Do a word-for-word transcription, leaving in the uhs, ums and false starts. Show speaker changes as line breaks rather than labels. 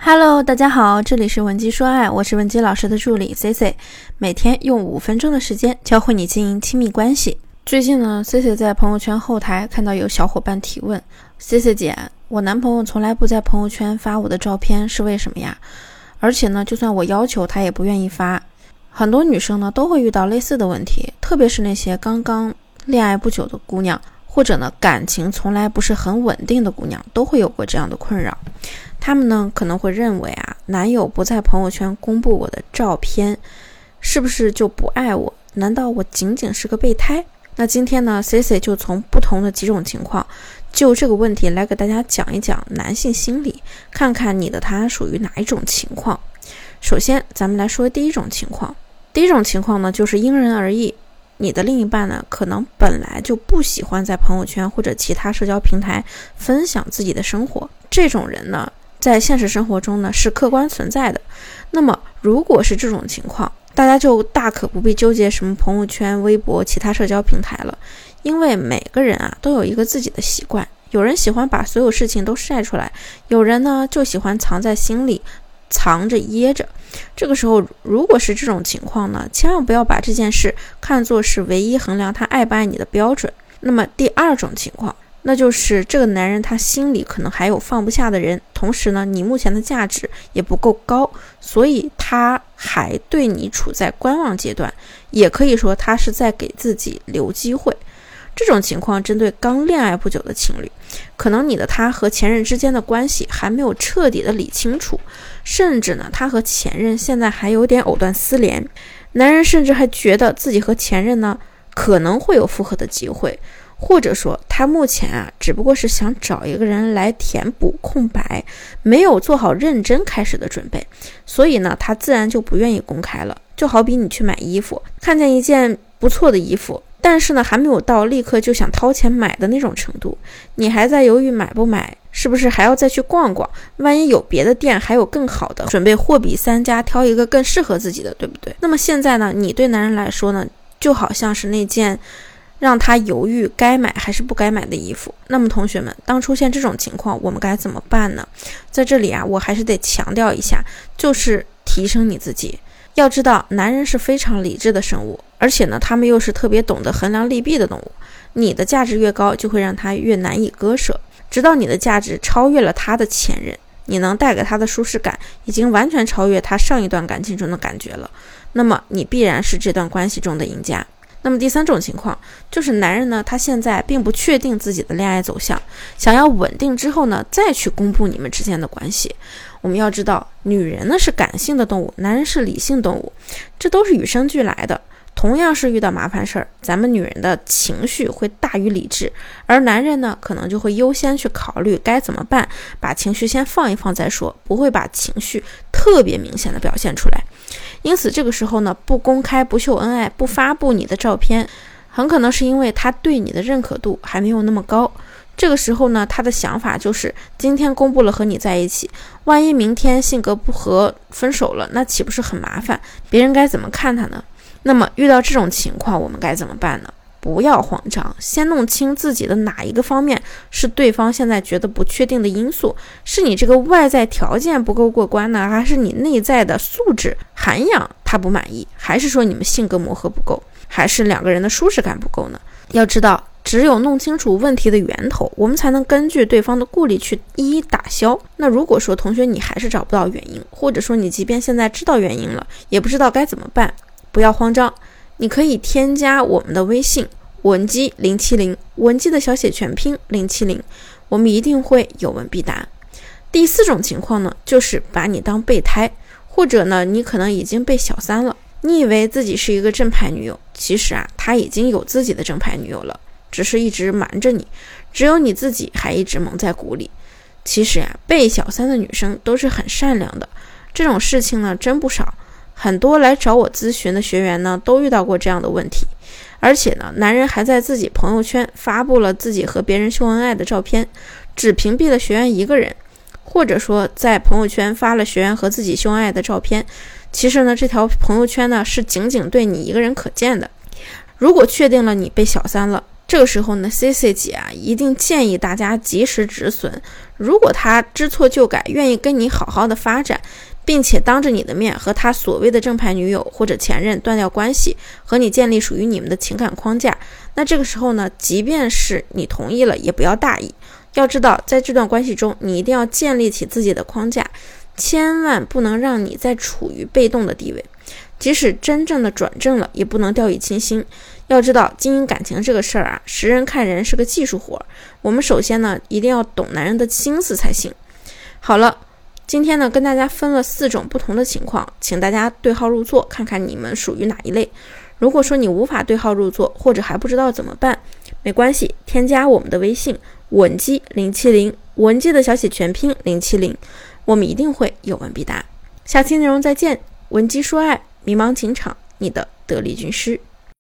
Hello， 大家好，这里是文姬说爱，我是文姬老师的助理 C C， 每天用五分钟的时间教会你经营亲密关系。最近呢 C C 在朋友圈后台看到有小伙伴提问， C C 姐，我男朋友从来不在朋友圈发我的照片，是为什么呀？而且呢，就算我要求他也不愿意发。很多女生呢都会遇到类似的问题，特别是那些刚刚恋爱不久的姑娘，或者呢感情从来不是很稳定的姑娘，都会有过这样的困扰。他们呢可能会认为啊，男友不在朋友圈公布我的照片，是不是就不爱我？难道我仅仅是个备胎？那今天呢 C C 就从不同的几种情况，就这个问题来给大家讲一讲男性心理，看看你的他属于哪一种情况。首先咱们来说第一种情况。第一种情况呢就是因人而异，你的另一半呢可能本来就不喜欢在朋友圈或者其他社交平台分享自己的生活，这种人呢在现实生活中呢是客观存在的。那么如果是这种情况，大家就大可不必纠结什么朋友圈、微博、其他社交平台了，因为每个人啊都有一个自己的习惯，有人喜欢把所有事情都晒出来，有人呢就喜欢藏在心里，藏着掖着。这个时候如果是这种情况呢，千万不要把这件事看作是唯一衡量他爱不爱你的标准。那么第二种情况，那就是这个男人他心里可能还有放不下的人，同时呢你目前的价值也不够高，所以他还对你处在观望阶段，也可以说他是在给自己留机会。这种情况针对刚恋爱不久的情侣，可能你的他和前任之间的关系还没有彻底的理清楚，甚至呢他和前任现在还有点藕断丝连，男人甚至还觉得自己和前任呢可能会有复合的机会，或者说他目前啊只不过是想找一个人来填补空白，没有做好认真开始的准备，所以呢他自然就不愿意公开了。就好比你去买衣服，看见一件不错的衣服，但是呢还没有到立刻就想掏钱买的那种程度，你还在犹豫买不买，是不是还要再去逛逛，万一有别的店还有更好的，准备货比三家挑一个更适合自己的，对不对？那么现在呢你对男人来说呢就好像是那件让他犹豫该买还是不该买的衣服。那么同学们，当出现这种情况我们该怎么办呢？在这里啊我还是得强调一下，就是提升你自己。要知道男人是非常理智的生物，而且呢他们又是特别懂得衡量利弊的动物，你的价值越高就会让他越难以割舍，直到你的价值超越了他的前任，你能带给他的舒适感已经完全超越他上一段感情中的感觉了，那么你必然是这段关系中的赢家。那么第三种情况就是男人呢他现在并不确定自己的恋爱走向，想要稳定之后呢再去公布你们之间的关系。我们要知道，女人呢是感性的动物，男人是理性动物，这都是与生俱来的。同样是遇到麻烦事儿，咱们女人的情绪会大于理智，而男人呢可能就会优先去考虑该怎么办，把情绪先放一放再说，不会把情绪特别明显的表现出来。因此这个时候呢不公开不秀恩爱不发布你的照片，很可能是因为他对你的认可度还没有那么高。这个时候呢他的想法就是今天公布了和你在一起，万一明天性格不合分手了，那岂不是很麻烦？别人该怎么看他呢？那么遇到这种情况我们该怎么办呢？不要慌张，先弄清自己的哪一个方面是对方现在觉得不确定的因素，是你这个外在条件不够过关呢，还是你内在的素质涵养他不满意，还是说你们性格磨合不够，还是两个人的舒适感不够呢？要知道只有弄清楚问题的源头，我们才能根据对方的顾虑去一一打消。那如果说同学你还是找不到原因，或者说你即便现在知道原因了也不知道该怎么办，不要慌张，你可以添加我们的微信文姬零七零，文姬的小写全拼零七零，我们一定会有问必答。第四种情况呢就是把你当备胎，或者呢你可能已经被小三了，你以为自己是一个正牌女友，其实啊他已经有自己的正牌女友了，只是一直瞒着你，只有你自己还一直蒙在鼓里。其实啊被小三的女生都是很善良的，这种事情呢真不少，很多来找我咨询的学员呢都遇到过这样的问题。而且呢男人还在自己朋友圈发布了自己和别人秀恩爱的照片，只屏蔽了学员一个人，或者说在朋友圈发了学员和自己秀恩爱的照片，其实呢这条朋友圈呢是仅仅对你一个人可见的。如果确定了你被小三了， 这个时候呢 C C 姐啊一定建议大家及时止损，如果他知错就改，愿意跟你好好的发展，并且当着你的面和他所谓的正牌女友或者前任断掉关系，和你建立属于你们的情感框架，那这个时候呢，即便是你同意了，也不要大意。要知道，在这段关系中，你一定要建立起自己的框架，千万不能让你再处于被动的地位。即使真正的转正了，也不能掉以轻心。要知道，经营感情这个事儿啊，识人看人是个技术活。我们首先呢，一定要懂男人的心思才行。好了，今天呢，跟大家分了四种不同的情况，请大家对号入座，看看你们属于哪一类。如果说你无法对号入座，或者还不知道怎么办，没关系，添加我们的微信文姬零七零，文姬的小写全拼零七零，我们一定会有问必答。下期内容再见，文姬说爱，迷茫情场，你的得力军师。